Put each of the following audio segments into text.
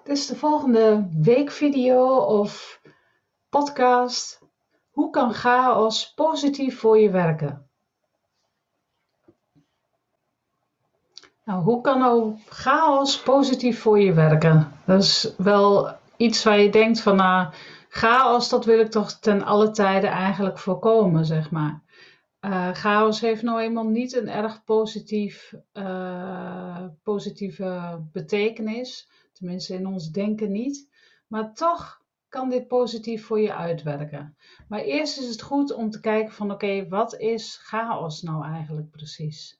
Dit is de volgende weekvideo of podcast. Hoe kan chaos positief voor je werken? Nou, hoe kan nou chaos positief voor je werken? Dat is wel iets waar je denkt van, nou, chaos, dat wil ik toch ten alle tijde eigenlijk voorkomen, zeg maar. Chaos heeft nou eenmaal niet een erg positieve betekenis. Tenminste, in ons denken niet. Maar toch kan dit positief voor je uitwerken. Maar eerst is het goed om te kijken van, oké, wat is chaos nou eigenlijk precies?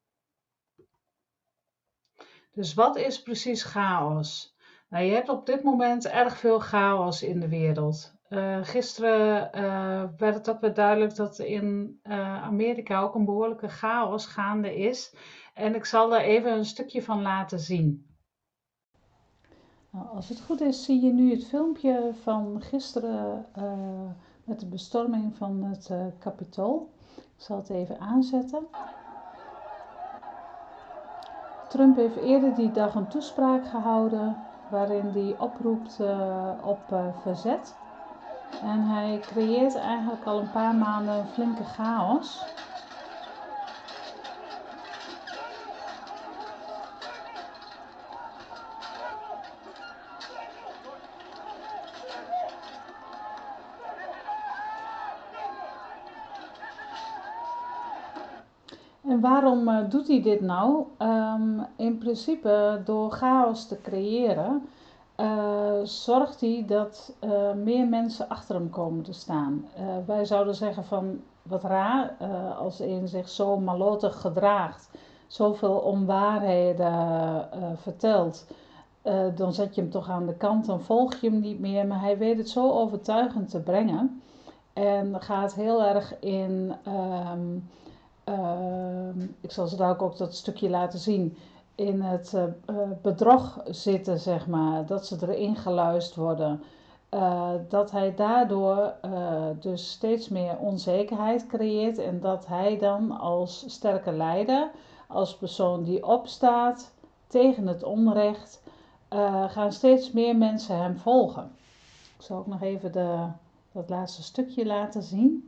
Dus wat is precies chaos? Nou, je hebt op dit moment erg veel chaos in de wereld. Gisteren werd het ook weer duidelijk dat in Amerika ook een behoorlijke chaos gaande is. En ik zal er even een stukje van laten zien. Nou, als het goed is, zie je nu het filmpje van gisteren met de bestorming van het Capitool. Ik zal het even aanzetten. Trump heeft eerder die dag een toespraak gehouden waarin hij oproept op verzet. En hij creëert eigenlijk al een paar maanden een flinke chaos. En waarom doet hij dit nou? In principe door chaos te creëren zorgt hij dat meer mensen achter hem komen te staan. Wij zouden zeggen van wat raar, als een zich zo malotig gedraagt, zoveel onwaarheden vertelt, dan zet je hem toch aan de kant, dan volg je hem niet meer. Maar hij weet het zo overtuigend te brengen en gaat heel erg in... ik zal ze daar ook dat stukje laten zien, in het bedrog zitten, zeg maar, dat ze erin geluisterd worden. Dat hij daardoor dus steeds meer onzekerheid creëert en dat hij dan als sterke leider, als persoon die opstaat tegen het onrecht, gaan steeds meer mensen hem volgen. Ik zal ook nog even dat laatste stukje laten zien.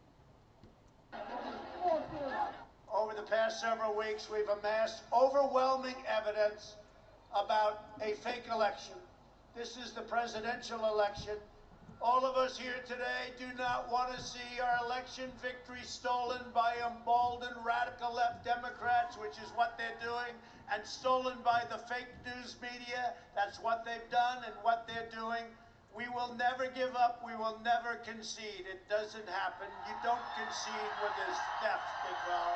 Over the past several weeks, we've amassed overwhelming evidence about a fake election. This is the presidential election. All of us here today do not want to see our election victory stolen by emboldened radical left Democrats, which is what they're doing, and stolen by the fake news media. That's what they've done and what they're doing. We will never give up. We will never concede. It doesn't happen. You don't concede with this theft, Big Val.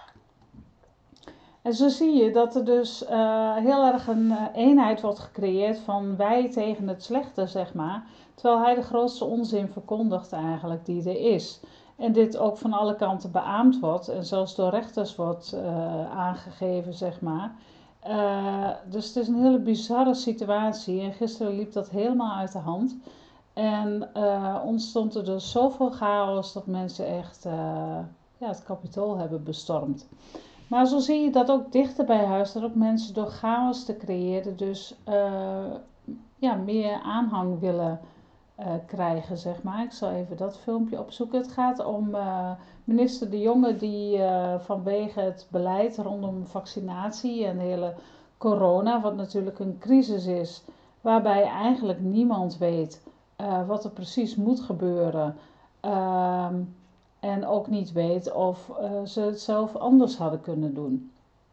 En zo zie je dat er dus heel erg een eenheid wordt gecreëerd van wij tegen het slechte, zeg maar. Terwijl hij de grootste onzin verkondigt eigenlijk die er is. En dit ook van alle kanten beaamd wordt en zelfs door rechters wordt aangegeven, zeg maar. Dus het is een hele bizarre situatie en gisteren liep dat helemaal uit de hand. En ontstond er dus zoveel chaos dat mensen echt het Capitool hebben bestormd. Maar zo zie je dat ook dichter bij huis, dat ook mensen door chaos te creëren dus meer aanhang willen krijgen, zeg maar. Ik zal even dat filmpje opzoeken. Het gaat om minister De Jonge die vanwege het beleid rondom vaccinatie en de hele corona, wat natuurlijk een crisis is, waarbij eigenlijk niemand weet wat er precies moet gebeuren. En ook niet weet of ze het zelf anders hadden kunnen doen.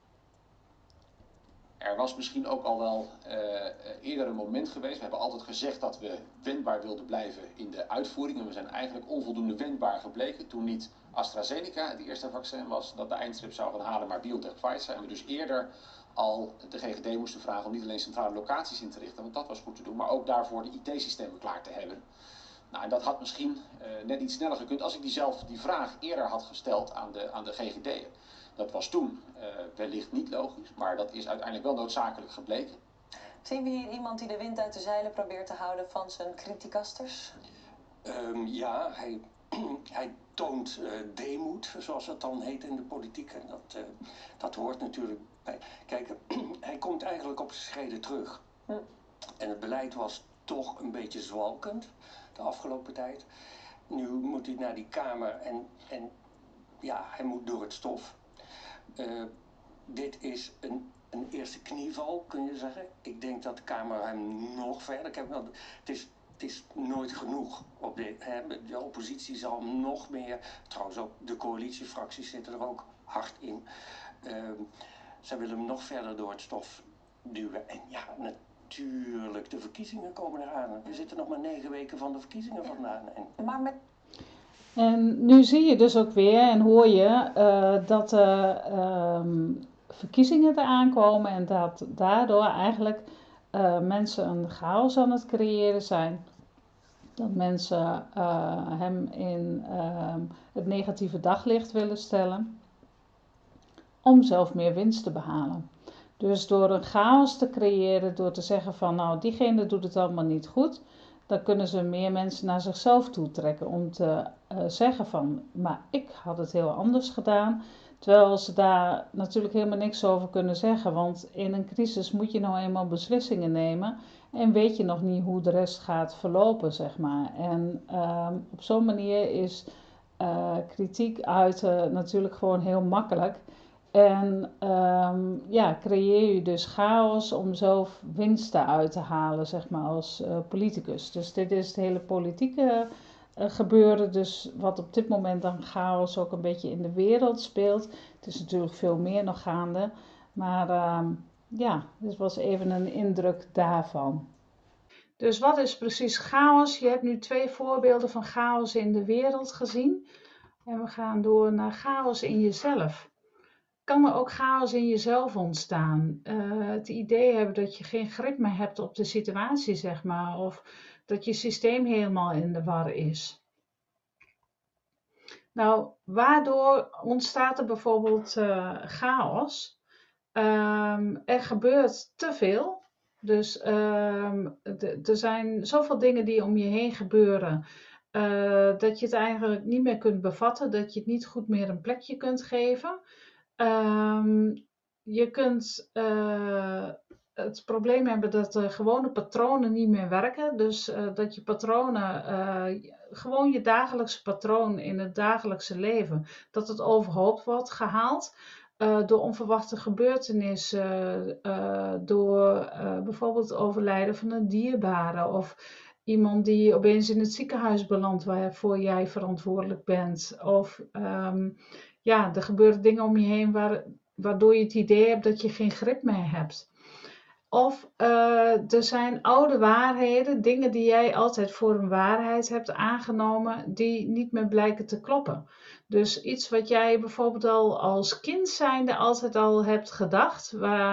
Er was misschien ook al wel eerder een moment geweest. We hebben altijd gezegd dat we wendbaar wilden blijven in de uitvoering. En we zijn eigenlijk onvoldoende wendbaar gebleken toen niet AstraZeneca het eerste vaccin was dat de eindstreep zou gaan halen, maar BioNTech Pfizer. En we dus eerder al de GGD moesten vragen om niet alleen centrale locaties in te richten, want dat was goed te doen, maar ook daarvoor de IT-systemen klaar te hebben. Nou, en dat had misschien net iets sneller gekund als ik die vraag eerder had gesteld aan de GGD'en. Dat was toen wellicht niet logisch, maar dat is uiteindelijk wel noodzakelijk gebleken. Zien we hier iemand die de wind uit de zeilen probeert te houden van zijn criticasters? Ja, hij toont deemoed, zoals dat dan heet in de politiek. En dat hoort natuurlijk bij. Kijk, hij komt eigenlijk op zijn schreden terug. En het beleid was toch een beetje zwalkend de afgelopen tijd. Nu moet hij naar die Kamer en ja, hij moet door het stof. Dit is een eerste knieval, kun je zeggen. Ik denk dat de Kamer hem nog verder... Het is nooit genoeg. De oppositie zal hem nog meer... Trouwens ook de coalitiefracties zitten er ook hard in. Zij willen hem nog verder door het stof duwen. En ja, natuurlijk, de verkiezingen komen eraan. We zitten nog maar 9 weken van de verkiezingen vandaan. Maar met En nu zie je dus ook weer en hoor je dat verkiezingen eraan komen en dat daardoor eigenlijk mensen een chaos aan het creëren zijn. Dat mensen hem in het negatieve daglicht willen stellen om zelf meer winst te behalen. Dus door een chaos te creëren, door te zeggen van nou diegene doet het allemaal niet goed, dan kunnen ze meer mensen naar zichzelf toe trekken om te zeggen van maar ik had het heel anders gedaan. Terwijl ze daar natuurlijk helemaal niks over kunnen zeggen, want in een crisis moet je nou eenmaal beslissingen nemen en weet je nog niet hoe de rest gaat verlopen, zeg maar. En op zo'n manier is kritiek uiten natuurlijk gewoon heel makkelijk. En creëer je dus chaos om zelf winsten uit te halen, zeg maar, als politicus. Dus dit is het hele politieke gebeuren, dus wat op dit moment dan chaos ook een beetje in de wereld speelt. Het is natuurlijk veel meer nog gaande, maar dit was even een indruk daarvan. Dus wat is precies chaos? Je hebt nu 2 voorbeelden van chaos in de wereld gezien. En we gaan door naar chaos in jezelf. Kan er ook chaos in jezelf ontstaan? Het idee hebben dat je geen grip meer hebt op de situatie, zeg maar. Of dat je systeem helemaal in de war is. Nou, waardoor ontstaat er bijvoorbeeld chaos? Er gebeurt te veel. Dus er zijn zoveel dingen die om je heen gebeuren. Dat je het eigenlijk niet meer kunt bevatten. Dat je het niet goed meer een plekje kunt geven. Je kunt het probleem hebben dat de gewone patronen niet meer werken. Dus dat je patronen, gewoon je dagelijkse patroon in het dagelijkse leven, dat het overhoop wordt gehaald. Door onverwachte gebeurtenissen, door bijvoorbeeld het overlijden van een dierbare of iemand die opeens in het ziekenhuis belandt waarvoor jij verantwoordelijk bent. Of er gebeuren dingen om je heen waardoor je het idee hebt dat je geen grip meer hebt. Of er zijn oude waarheden, dingen die jij altijd voor een waarheid hebt aangenomen, die niet meer blijken te kloppen. Dus iets wat jij bijvoorbeeld al als kind zijnde altijd al hebt gedacht,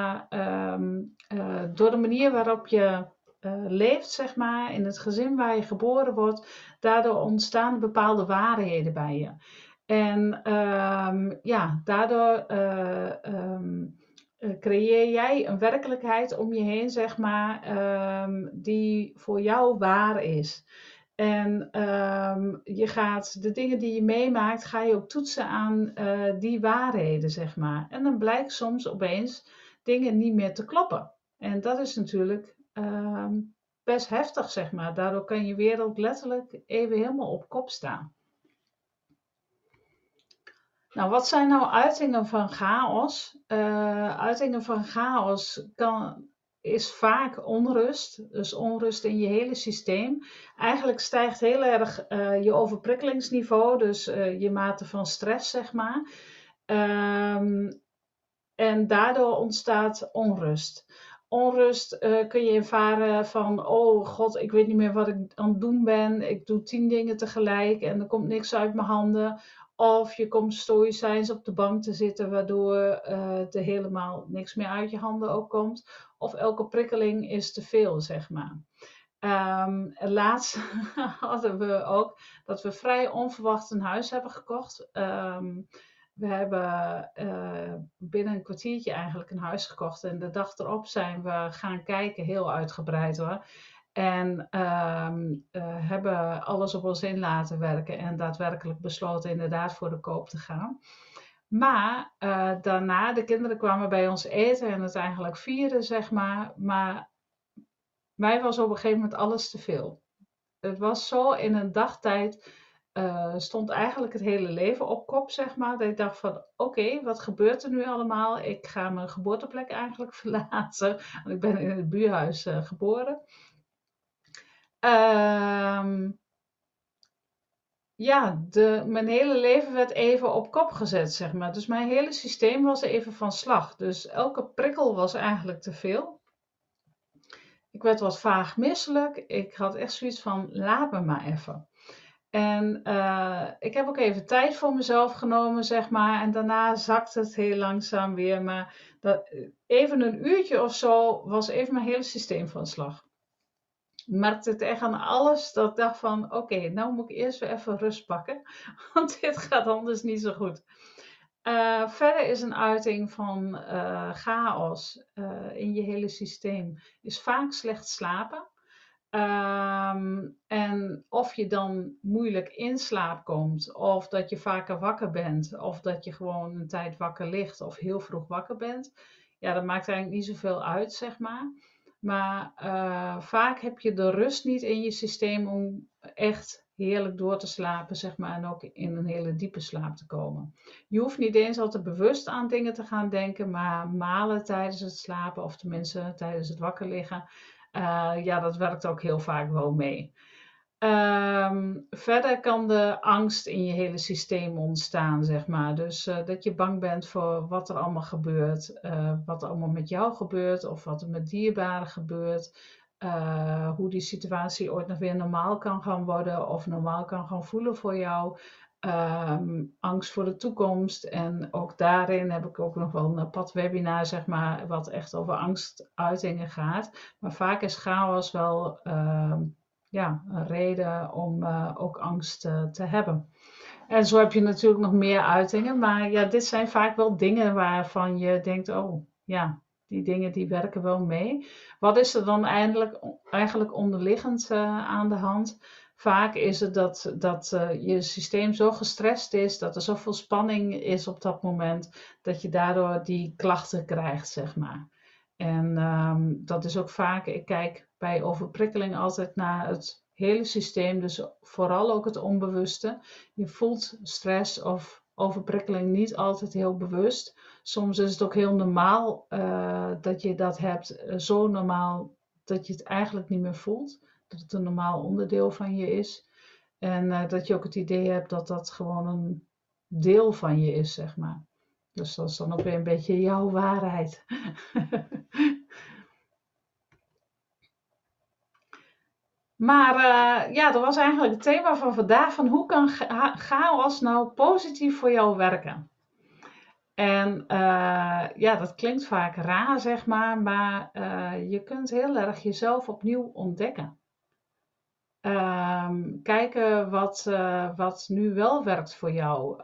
door de manier waarop je leeft, zeg maar, in het gezin waar je geboren wordt, daardoor ontstaan bepaalde waarheden bij je. En daardoor creëer jij een werkelijkheid om je heen, zeg maar, die voor jou waar is. En je gaat de dingen die je meemaakt, ga je ook toetsen aan die waarheden, zeg maar. En dan blijkt soms opeens dingen niet meer te kloppen. En dat is natuurlijk best heftig, zeg maar. Daardoor kan je wereld letterlijk even helemaal op kop staan. Nou, wat zijn nou uitingen van chaos? Uitingen van chaos is vaak onrust, dus onrust in je hele systeem. Eigenlijk stijgt heel erg je overprikkelingsniveau, dus je mate van stress, zeg maar. En daardoor ontstaat onrust. Onrust kun je ervaren van, oh god, ik weet niet meer wat ik aan het doen ben. Ik doe 10 dingen tegelijk en er komt niks uit mijn handen. Of je komt stoïcijns op de bank te zitten, waardoor er helemaal niks meer uit je handen ook komt. Of elke prikkeling is te veel, zeg maar. Laatst hadden we ook dat we vrij onverwacht een huis hebben gekocht. We hebben binnen een kwartiertje eigenlijk een huis gekocht. En de dag erop zijn we gaan kijken, heel uitgebreid hoor. En hebben alles op ons in laten werken en daadwerkelijk besloten inderdaad voor de koop te gaan. Maar daarna, de kinderen kwamen bij ons eten en het eigenlijk vieren, zeg maar. Maar mij was op een gegeven moment alles te veel. Het was zo in een dagtijd stond eigenlijk het hele leven op kop, zeg maar. Dat ik dacht van, oké, wat gebeurt er nu allemaal? Ik ga mijn geboorteplek eigenlijk verlaten. Want ik ben in het buurhuis geboren. Ehm, ja, mijn hele leven werd even op kop gezet, zeg maar. Dus mijn hele systeem was even van slag. Dus elke prikkel was eigenlijk te veel. Ik werd wat vaag misselijk. Ik had echt zoiets van, laat me maar even. En ik heb ook even tijd voor mezelf genomen, zeg maar. En daarna zakte het heel langzaam weer. Maar even een uurtje of zo was even mijn hele systeem van slag. Ik merkte het echt aan alles dat ik dacht van, oké, nou moet ik eerst weer even rust pakken. Want dit gaat anders niet zo goed. Verder is een uiting van chaos in je hele systeem. Is vaak slecht slapen. En of je dan moeilijk in slaap komt, of dat je vaker wakker bent, of dat je gewoon een tijd wakker ligt, of heel vroeg wakker bent. Ja, dat maakt eigenlijk niet zoveel uit, zeg maar. Maar vaak heb je de rust niet in je systeem om echt heerlijk door te slapen, zeg maar, en ook in een hele diepe slaap te komen. Je hoeft niet eens altijd bewust aan dingen te gaan denken, maar malen tijdens het slapen, of tenminste tijdens het wakker liggen, ja, dat werkt ook heel vaak wel mee. Verder kan de angst in je hele systeem ontstaan, zeg maar. Dus dat je bang bent voor wat er allemaal gebeurt, wat er allemaal met jou gebeurt of wat er met dierbaren gebeurt. Hoe die situatie ooit nog weer normaal kan gaan worden of normaal kan gaan voelen voor jou. Angst voor de toekomst. En ook daarin heb ik ook nog wel een apart webinar, zeg maar, wat echt over angstuitingen gaat. Maar vaak is chaos wel ja, een reden om ook angst te hebben. En zo heb je natuurlijk nog meer uitingen. Maar ja, dit zijn vaak wel dingen waarvan je denkt, oh ja, die dingen die werken wel mee. Wat is er dan eigenlijk onderliggend aan de hand? Vaak is het dat je systeem zo gestrest is, dat er zoveel spanning is op dat moment, dat je daardoor die klachten krijgt, zeg maar. En dat is ook vaak, ik kijk bij overprikkeling altijd naar het hele systeem, dus vooral ook het onbewuste. Je voelt stress of overprikkeling niet altijd heel bewust. Soms is het ook heel normaal dat je dat hebt, zo normaal dat je het eigenlijk niet meer voelt. Dat het een normaal onderdeel van je is. En dat je ook het idee hebt dat dat gewoon een deel van je is, zeg maar. Dus dat is dan ook weer een beetje jouw waarheid. Maar ja, dat was eigenlijk het thema van vandaag. Van hoe kan chaos nou positief voor jou werken? En ja, dat klinkt vaak raar, zeg maar je kunt heel erg jezelf opnieuw ontdekken. Kijken wat nu wel werkt voor jou.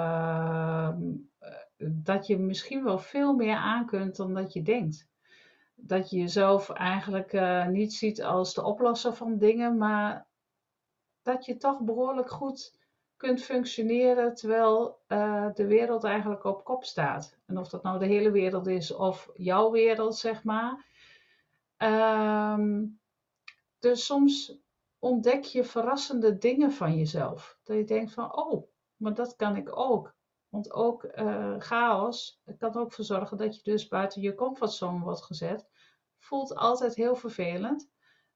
Dat je misschien wel veel meer aan kunt dan dat je denkt. Dat je jezelf eigenlijk niet ziet als de oplosser van dingen, maar dat je toch behoorlijk goed kunt functioneren terwijl de wereld eigenlijk op kop staat. En of dat nou de hele wereld is of jouw wereld, zeg maar. Dus soms ontdek je verrassende dingen van jezelf. Dat je denkt van, oh, maar dat kan ik ook. Want ook chaos kan er ook voor zorgen dat je dus buiten je comfortzone wordt gezet. Voelt altijd heel vervelend.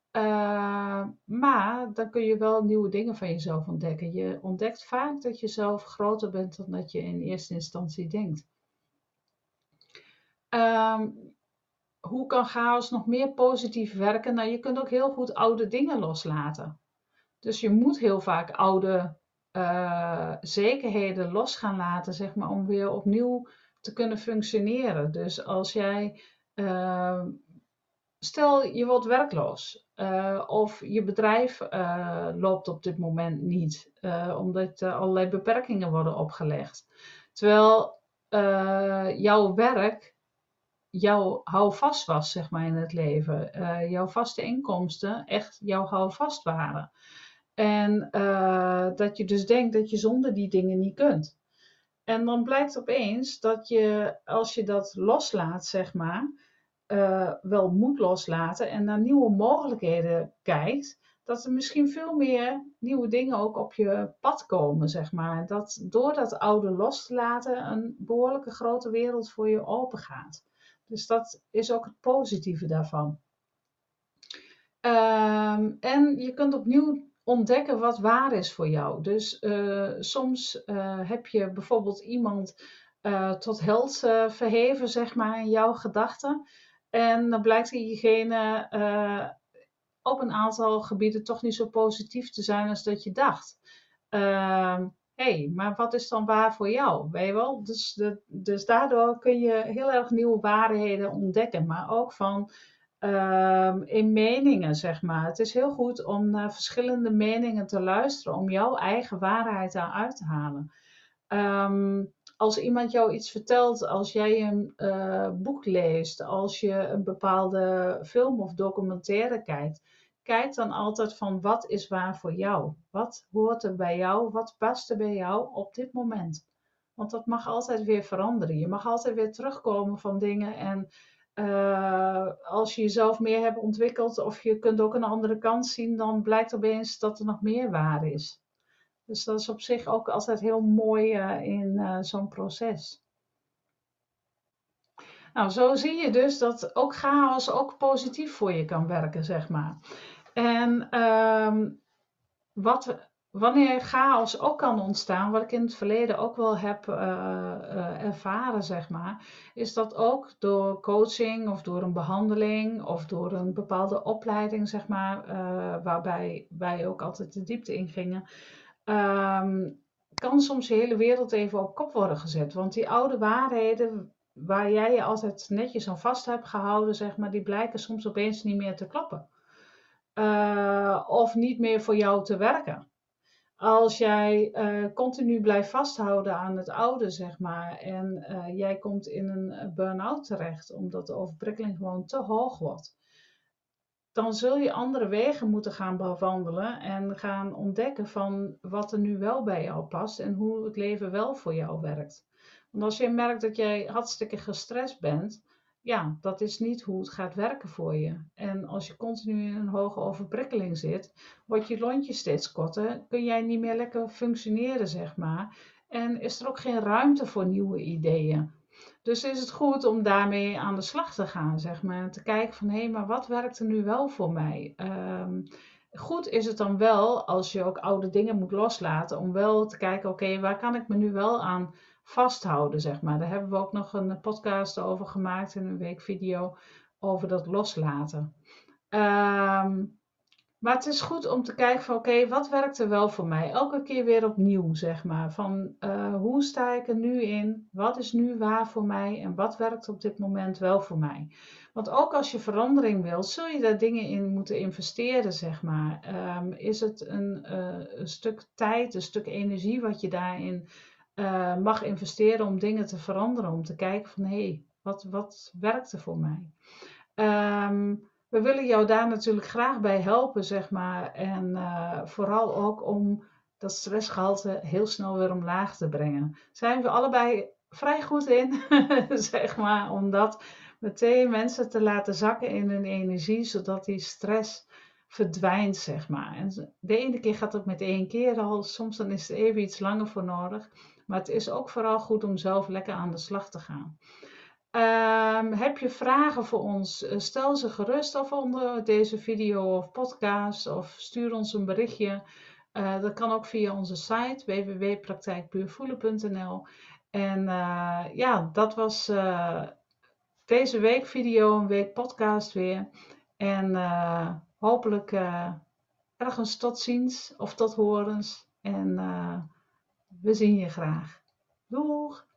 Maar dan kun je wel nieuwe dingen van jezelf ontdekken. Je ontdekt vaak dat je zelf groter bent dan dat je in eerste instantie denkt. Hoe kan chaos nog meer positief werken? Nou, je kunt ook heel goed oude dingen loslaten. Dus je moet heel vaak oude zekerheden los gaan laten, zeg maar, om weer opnieuw te kunnen functioneren. Dus als jij, stel je wordt werkloos of je bedrijf loopt op dit moment niet, omdat allerlei beperkingen worden opgelegd. Terwijl jouw werk jouw houvast was, zeg maar, in het leven. Jouw vaste inkomsten echt jouw houvast waren. En dat je dus denkt dat je zonder die dingen niet kunt. En dan blijkt opeens dat je, als je dat loslaat, zeg maar, wel moet loslaten en naar nieuwe mogelijkheden kijkt, dat er misschien veel meer nieuwe dingen ook op je pad komen, zeg maar. Dat door dat oude los te laten een behoorlijke grote wereld voor je open gaat. Dus dat is ook het positieve daarvan. En je kunt opnieuw ontdekken wat waar is voor jou. Dus soms heb je bijvoorbeeld iemand tot held verheven, zeg maar, in jouw gedachten. En dan blijkt diegene op een aantal gebieden toch niet zo positief te zijn als dat je dacht. Maar wat is dan waar voor jou? Weet je wel? Dus daardoor kun je heel erg nieuwe waarheden ontdekken. Maar ook van in meningen, zeg maar. Het is heel goed om naar verschillende meningen te luisteren. Om jouw eigen waarheid daaruit te halen. Als iemand jou iets vertelt, als jij een boek leest, als je een bepaalde film of documentaire kijkt, kijk dan altijd van wat is waar voor jou? Wat hoort er bij jou? Wat past er bij jou op dit moment? Want dat mag altijd weer veranderen. Je mag altijd weer terugkomen van dingen. En als je jezelf meer hebt ontwikkeld of je kunt ook een andere kant zien, dan blijkt opeens dat er nog meer waar is. Dus dat is op zich ook altijd heel mooi in zo'n proces. Nou, zo zie je dus dat ook chaos ook positief voor je kan werken, zeg maar. En wanneer chaos ook kan ontstaan, wat ik in het verleden ook wel heb ervaren, zeg maar, is dat ook door coaching of door een behandeling of door een bepaalde opleiding, zeg maar, waarbij wij ook altijd de diepte in gingen, kan soms je hele wereld even op kop worden gezet. Want die oude waarheden waar jij je altijd netjes aan vast hebt gehouden, zeg maar, die blijken soms opeens niet meer te kloppen. Of niet meer voor jou te werken. Als jij continu blijft vasthouden aan het oude, zeg maar, en jij komt in een burn-out terecht, omdat de overprikkeling gewoon te hoog wordt, dan zul je andere wegen moeten gaan bewandelen en gaan ontdekken van wat er nu wel bij jou past en hoe het leven wel voor jou werkt. Want als je merkt dat jij hartstikke gestrest bent, ja, dat is niet hoe het gaat werken voor je. En als je continu in een hoge overprikkeling zit, wordt je lontje steeds korter, kun jij niet meer lekker functioneren, zeg maar. En is er ook geen ruimte voor nieuwe ideeën. Dus is het goed om daarmee aan de slag te gaan, zeg maar. Te kijken van, hé, maar wat werkt er nu wel voor mij? Goed is het dan wel, als je ook oude dingen moet loslaten, om wel te kijken, oké, waar kan ik me nu wel aan vasthouden, zeg maar. Daar hebben we ook nog een podcast over gemaakt in een weekvideo over dat loslaten. Maar het is goed om te kijken van oké, wat werkt er wel voor mij? Elke keer weer opnieuw, zeg maar. Van hoe sta ik er nu in? Wat is nu waar voor mij? En wat werkt op dit moment wel voor mij? Want ook als je verandering wilt, zul je daar dingen in moeten investeren, zeg maar. Is het een stuk tijd, een stuk energie wat je daarin mag investeren om dingen te veranderen? Om te kijken van hé, wat werkt er voor mij? We willen jou daar natuurlijk graag bij helpen, zeg maar. En vooral ook om dat stressgehalte heel snel weer omlaag te brengen. Zijn we allebei vrij goed in, zeg maar. Om dat meteen mensen te laten zakken in hun energie, zodat die stress verdwijnt, zeg maar. En de ene keer gaat het met 1 keer al, soms dan is er even iets langer voor nodig. Maar het is ook vooral goed om zelf lekker aan de slag te gaan. Heb je vragen voor ons? Stel ze gerust of onder deze video of podcast of stuur ons een berichtje. Dat kan ook via onze site www.praktijkpuurvoelen.nl. En ja, dat was deze week video, een week podcast weer. En hopelijk ergens tot ziens of tot horens. En we zien je graag. Doeg!